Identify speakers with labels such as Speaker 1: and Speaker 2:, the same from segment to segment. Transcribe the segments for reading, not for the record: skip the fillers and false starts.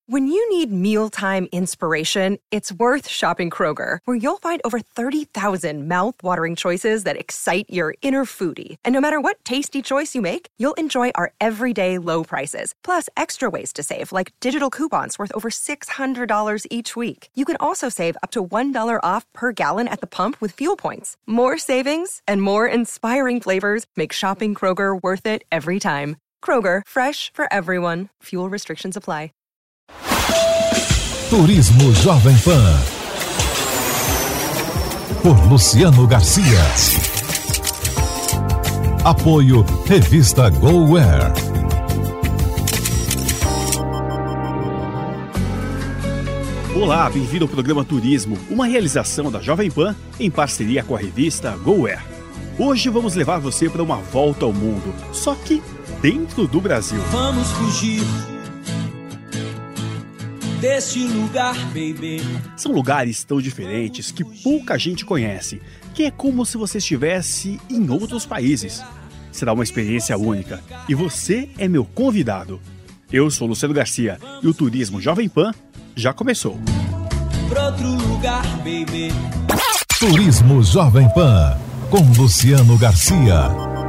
Speaker 1: When you need mealtime inspiration, it's worth shopping Kroger, where you'll find over 30,000 mouth-watering choices that excite your inner foodie. And no matter what tasty choice you make, you'll enjoy our everyday low prices, plus extra ways to save, like digital coupons worth over $600 each week. You can also save up to $1 off per gallon at the pump with fuel points. More savings and more inspiring flavors make shopping Kroger worth it every time. Kroger, fresh for everyone. Fuel restrictions apply.
Speaker 2: Turismo Jovem Pan, por Luciano Garcia. Apoio Revista GoWare.
Speaker 3: Olá, bem-vindo ao programa Turismo, uma realização da Jovem Pan em parceria com a revista GoWare. Hoje vamos levar você para uma volta ao mundo, só que dentro do Brasil.
Speaker 4: Vamos fugir desse lugar, baby.
Speaker 3: São lugares tão diferentes que pouca gente conhece, que é como se você estivesse em outros países. Será uma experiência única e você é meu convidado. Eu sou Luciano Garcia e o Turismo Jovem Pan já começou.
Speaker 4: Pra outro lugar, baby.
Speaker 2: Turismo Jovem Pan, com Luciano Garcia.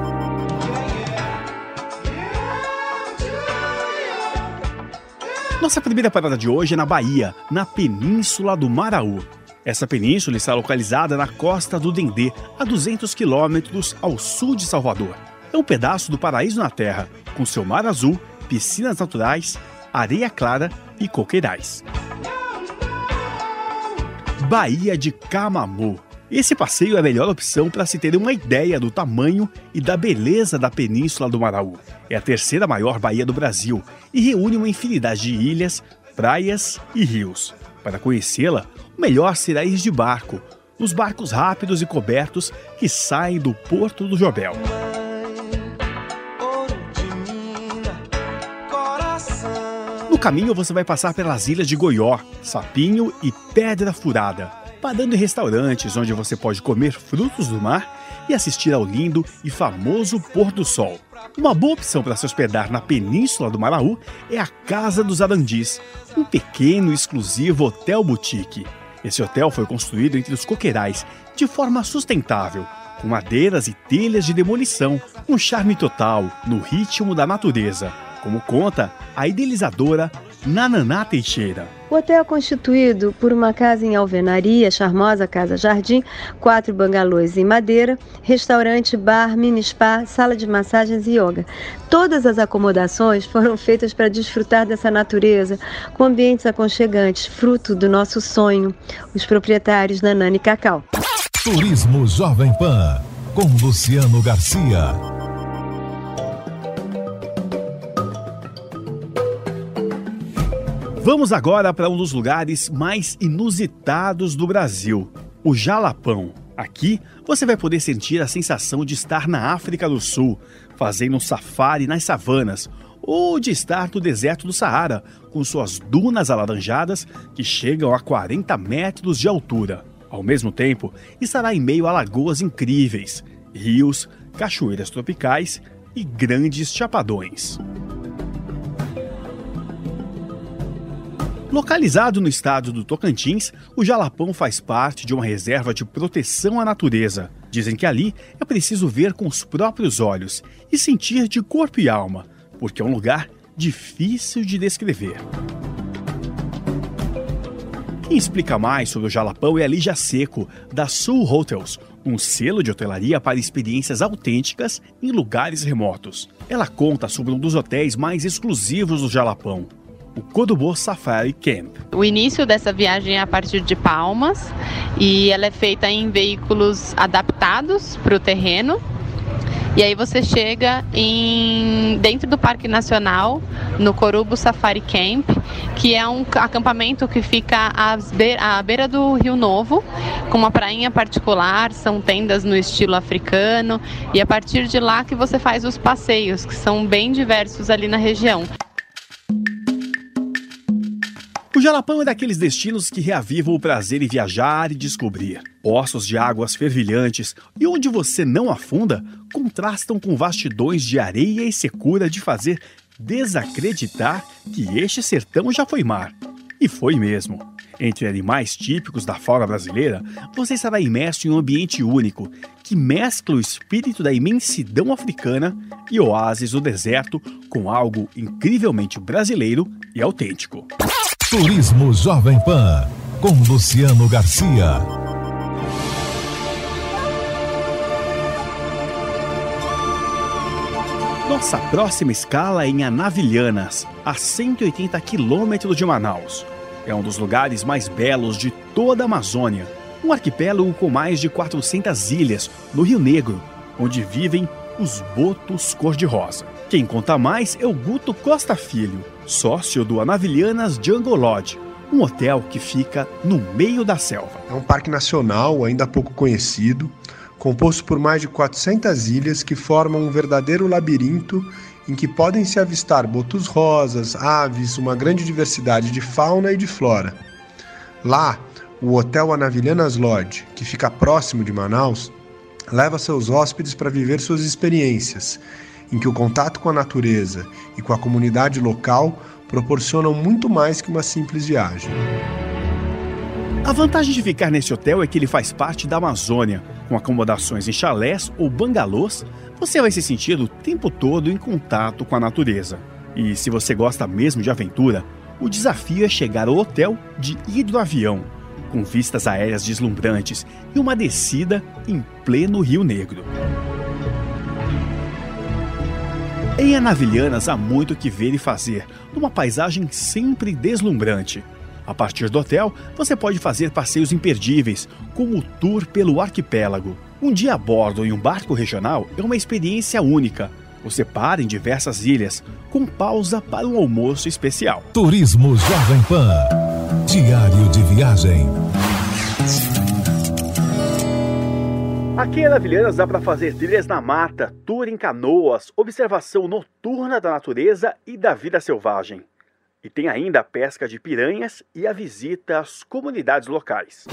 Speaker 3: Nossa primeira parada de hoje é na Bahia, na Península do Maraú. Essa península está localizada na costa do Dendê, a 200 quilômetros ao sul de Salvador. É um pedaço do paraíso na terra, com seu mar azul, piscinas naturais, areia clara e coqueirais. Baía de Camamu. Esse passeio é a melhor opção para se ter uma ideia do tamanho e da beleza da Península do Maraú. É a terceira maior baía do Brasil e reúne uma infinidade de ilhas, praias e rios. Para conhecê-la, o melhor será ir de barco, nos barcos rápidos e cobertos que saem do Porto do Jobel. No caminho você vai passar pelas ilhas de Goió, Sapinho e Pedra Furada, parando em restaurantes onde você pode comer frutos do mar e assistir ao lindo e famoso pôr do sol. Uma boa opção para se hospedar na Península do Maraú é a Casa dos Arandis, um pequeno e exclusivo hotel boutique. Esse hotel foi construído entre os coqueirais de forma sustentável, com madeiras e telhas de demolição, um charme total no ritmo da natureza, como conta a idealizadora Nananá Teixeira.
Speaker 5: O hotel é constituído por uma casa em alvenaria, charmosa casa jardim, 4 bangalôs em madeira, restaurante, bar, mini spa, sala de massagens e yoga. Todas as acomodações foram feitas para desfrutar dessa natureza, com ambientes aconchegantes, fruto do nosso sonho. Os proprietários Nanani Cacau.
Speaker 2: Turismo Jovem Pan, com Luciano Garcia.
Speaker 3: Vamos agora para um dos lugares mais inusitados do Brasil, o Jalapão. Aqui você vai poder sentir a sensação de estar na África do Sul, fazendo um safari nas savanas, ou de estar no deserto do Saara, com suas dunas alaranjadas que chegam a 40 metros de altura. Ao mesmo tempo, estará em meio a lagoas incríveis, rios, cachoeiras tropicais e grandes chapadões. Localizado no estado do Tocantins, o Jalapão faz parte de uma reserva de proteção à natureza. Dizem que ali é preciso ver com os próprios olhos e sentir de corpo e alma, porque é um lugar difícil de descrever. Quem explica mais sobre o Jalapão é a Lígia Seco, da Sul Hotels, um selo de hotelaria para experiências autênticas em lugares remotos. Ela conta sobre um dos hotéis mais exclusivos do Jalapão, o Codubô Safari Camp.
Speaker 6: O início dessa viagem é a partir de Palmas e ela é feita em veículos adaptados para o terreno. E aí você chega dentro do Parque Nacional, no Corubo Safari Camp, que é um acampamento que fica à beira do Rio Novo, com uma prainha particular, são tendas no estilo africano, e a partir de lá que você faz os passeios, que são bem diversos ali na região.
Speaker 3: O Jalapão é daqueles destinos que reavivam o prazer em viajar e descobrir. Poços de águas fervilhantes e onde você não afunda contrastam com vastidões de areia e secura de fazer desacreditar que este sertão já foi mar. E foi mesmo. Entre animais típicos da fauna brasileira, você estará imerso em um ambiente único que mescla o espírito da imensidão africana e oásis do deserto com algo incrivelmente brasileiro e autêntico.
Speaker 2: Turismo Jovem Pan, com Luciano Garcia.
Speaker 3: Nossa próxima escala é em Anavilhanas, a 180 quilômetros de Manaus. É um dos lugares mais belos de toda a Amazônia. Um arquipélago com mais de 400 ilhas, no Rio Negro, onde vivem os botos cor-de-rosa. Quem conta mais é o Guto Costa Filho, sócio do Anavilhanas Jungle Lodge, um hotel que fica no meio da selva.
Speaker 7: É um parque nacional ainda pouco conhecido, composto por mais de 400 ilhas que formam um verdadeiro labirinto em que podem se avistar botos rosas, aves, uma grande diversidade de fauna e de flora. Lá, o Hotel Anavilhanas Lodge, que fica próximo de Manaus, leva seus hóspedes para viver suas experiências, em que o contato com a natureza e com a comunidade local proporcionam muito mais que uma simples viagem.
Speaker 3: A vantagem de ficar nesse hotel é que ele faz parte da Amazônia. Com acomodações em chalés ou bangalôs, você vai se sentir o tempo todo em contato com a natureza. E se você gosta mesmo de aventura, o desafio é chegar ao hotel de hidroavião, com vistas aéreas deslumbrantes e uma descida em pleno Rio Negro. Em Anavilhanas há muito o que ver e fazer, numa paisagem sempre deslumbrante. A partir do hotel, você pode fazer passeios imperdíveis, como o tour pelo arquipélago. Um dia a bordo em um barco regional é uma experiência única. Você para em diversas ilhas, com pausa para um almoço especial.
Speaker 2: Turismo Jovem Pan. Diário de viagem.
Speaker 3: Aqui em Anavilhanas dá para fazer trilhas na mata, tour em canoas, observação noturna da natureza e da vida selvagem. E tem ainda a pesca de piranhas e a visita às comunidades locais.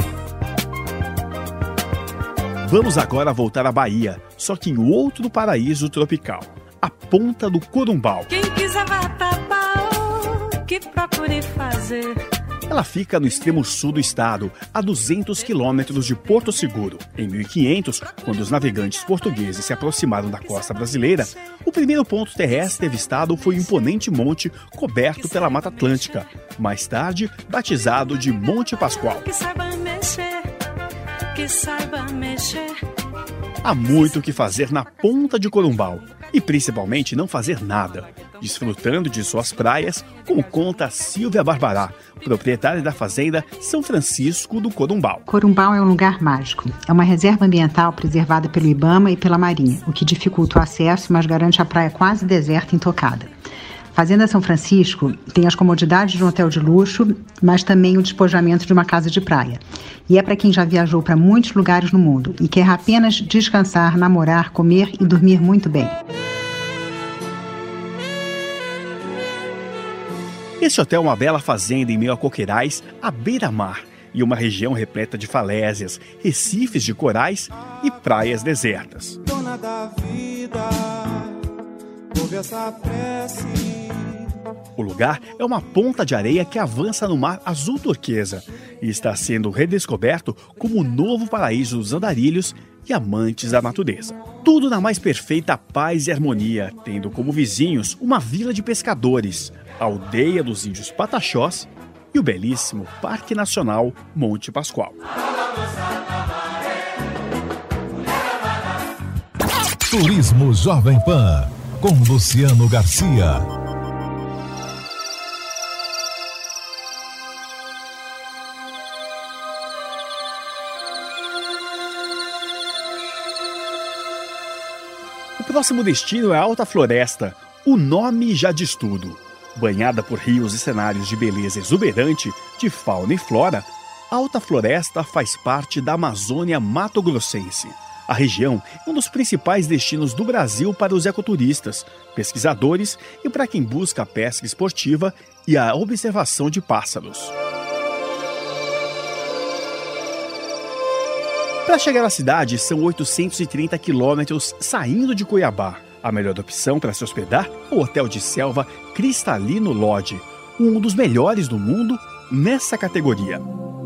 Speaker 3: Vamos agora voltar à Bahia, só que em outro paraíso tropical, a Ponta do Corumbau.
Speaker 8: Quem quiser vá pra Baú, que procure fazer.
Speaker 3: Ela fica no extremo sul do estado, a 200 quilômetros de Porto Seguro. Em 1500, quando os navegantes portugueses se aproximaram da costa brasileira, o primeiro ponto terrestre avistado foi um imponente monte coberto pela Mata Atlântica, mais tarde batizado de Monte Pascoal.
Speaker 8: Que saiba mexer, que saiba mexer.
Speaker 3: Há muito o que fazer na Ponta de Corumbau, e principalmente não fazer nada, desfrutando de suas praias, como conta Silvia Barbará, proprietária da fazenda São Francisco do Corumbau.
Speaker 9: Corumbau é um lugar mágico. É uma reserva ambiental preservada pelo IBAMA e pela Marinha, o que dificulta o acesso, mas garante a praia quase deserta e intocada. Fazenda São Francisco tem as comodidades de um hotel de luxo, mas também o despojamento de uma casa de praia. E é para quem já viajou para muitos lugares no mundo e quer apenas descansar, namorar, comer e dormir muito bem.
Speaker 3: Esse hotel é uma bela fazenda em meio a coqueirais, à beira-mar, e uma região repleta de falésias, recifes de corais e praias desertas.
Speaker 4: Dona da vida, ouve essa prece.
Speaker 3: O lugar é uma ponta de areia que avança no mar azul turquesa e está sendo redescoberto como o novo paraíso dos andarilhos e amantes da natureza. Tudo na mais perfeita paz e harmonia, tendo como vizinhos uma vila de pescadores, a aldeia dos índios Pataxós e o belíssimo Parque Nacional Monte Pascoal.
Speaker 2: Turismo Jovem Pan, com Luciano Garcia.
Speaker 3: O próximo destino é a Alta Floresta. O nome já diz tudo. Banhada por rios e cenários de beleza exuberante, de fauna e flora, a Alta Floresta faz parte da Amazônia Mato-Grossense. A região é um dos principais destinos do Brasil para os ecoturistas, pesquisadores e para quem busca a pesca esportiva e a observação de pássaros. Para chegar à cidade, são 830 quilômetros saindo de Cuiabá. A melhor opção para se hospedar é o Hotel de Selva Cristalino Lodge, um dos melhores do mundo nessa categoria.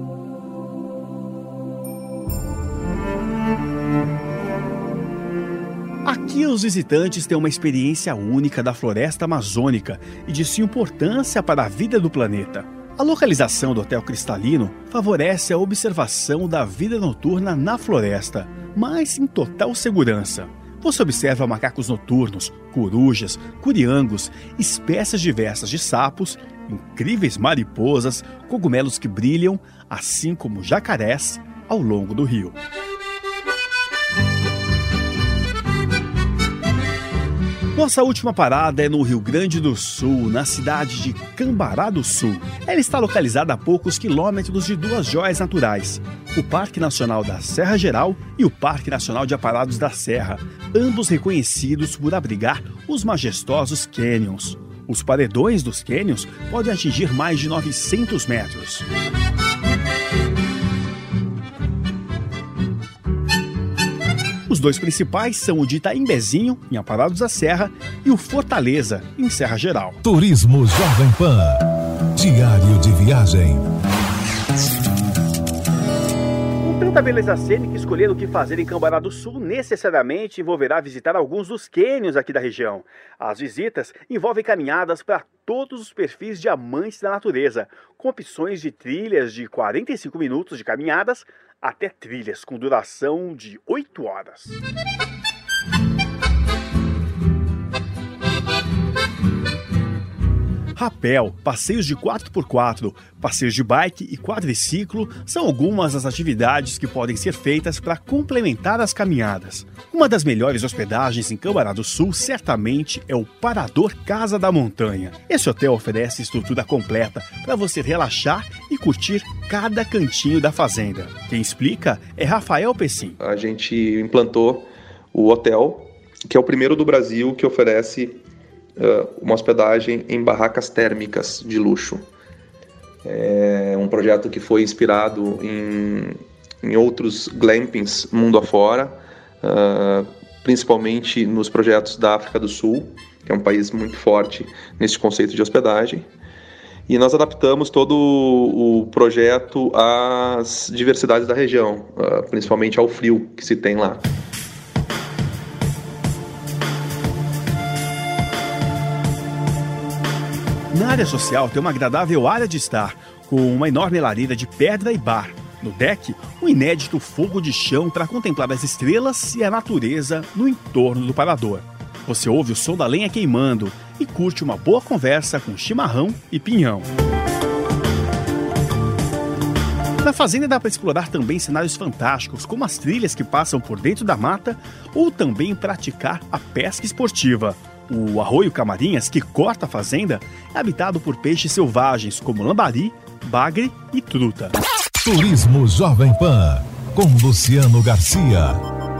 Speaker 3: Aqui os visitantes têm uma experiência única da floresta amazônica e de sua importância para a vida do planeta. A localização do Hotel Cristalino favorece a observação da vida noturna na floresta, mas em total segurança. Você observa macacos noturnos, corujas, curiangos, espécies diversas de sapos, incríveis mariposas, cogumelos que brilham, assim como jacarés ao longo do rio. Nossa última parada é no Rio Grande do Sul, na cidade de Cambará do Sul. Ela está localizada a poucos quilômetros de duas joias naturais, o Parque Nacional da Serra Geral e o Parque Nacional de Aparados da Serra, ambos reconhecidos por abrigar os majestosos cânions. Os paredões dos cânions podem atingir mais de 900 metros. Os dois principais são o de Itaimbezinho, em Aparados da Serra, e o Fortaleza, em Serra Geral.
Speaker 2: Turismo Jovem Pan. Diário de viagem.
Speaker 3: Com tanta beleza cênica, escolher o que fazer em Cambará do Sul necessariamente envolverá visitar alguns dos cânions aqui da região. As visitas envolvem caminhadas para todos os perfis de amantes da natureza, com opções de trilhas de 45 minutos de caminhadas até trilhas com duração de 8 horas. Rapel, passeios de 4x4, passeios de bike e quadriciclo são algumas das atividades que podem ser feitas para complementar as caminhadas. Uma das melhores hospedagens em Cambará do Sul certamente é o Parador Casa da Montanha. Esse hotel oferece estrutura completa para você relaxar e curtir cada cantinho da fazenda. Quem explica é Rafael Pessim.
Speaker 10: A gente implantou o hotel, que é o primeiro do Brasil que oferece uma hospedagem em barracas térmicas de luxo. É um projeto que foi inspirado em outros glampings mundo afora, principalmente nos projetos da África do Sul, que é um país muito forte nesse conceito de hospedagem. E nós adaptamos todo o projeto às diversidades da região, principalmente ao frio que se tem lá.
Speaker 3: Na área social tem uma agradável área de estar, com uma enorme lareira de pedra e bar. No deck, um inédito fogo de chão para contemplar as estrelas e a natureza no entorno do parador. Você ouve o som da lenha queimando e curte uma boa conversa com chimarrão e pinhão. Na fazenda dá para explorar também cenários fantásticos, como as trilhas que passam por dentro da mata, ou também praticar a pesca esportiva. O Arroio Camarinhas, que corta a fazenda, é habitado por peixes selvagens como lambari, bagre e truta.
Speaker 2: Turismo Jovem Pan, com Luciano Garcia.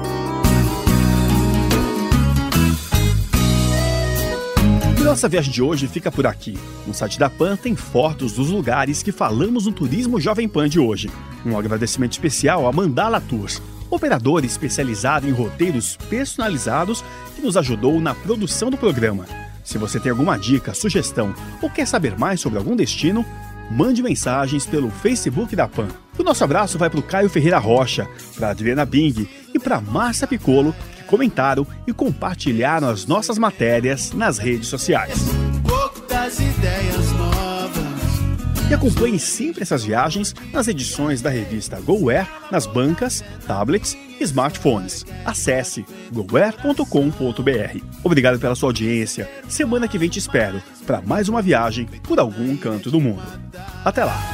Speaker 3: Nossa viagem de hoje fica por aqui. No site da PAN tem fotos dos lugares que falamos no Turismo Jovem Pan de hoje. Um agradecimento especial a Mandala Tours, operador especializado em roteiros personalizados que nos ajudou na produção do programa. Se você tem alguma dica, sugestão ou quer saber mais sobre algum destino, mande mensagens pelo Facebook da PAN. O nosso abraço vai para o Caio Ferreira Rocha, para a Adriana Bing e para a Márcia Piccolo, que comentaram e compartilharam as nossas matérias nas redes sociais. E acompanhe sempre essas viagens nas edições da revista GoAir, nas bancas, tablets e smartphones. Acesse goair.com.br. Obrigado pela sua audiência. Semana que vem te espero para mais uma viagem por algum canto do mundo. Até lá!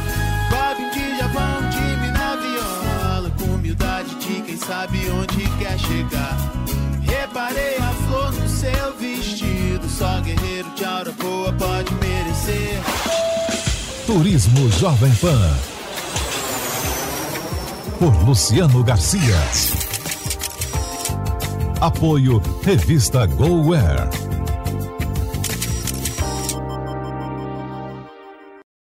Speaker 4: Sabe onde quer chegar. Reparei a flor no seu vestido. Só guerreiro de aura boa pode merecer.
Speaker 2: Turismo Jovem Pan, por Luciano Garcia. Apoio Revista GoAir.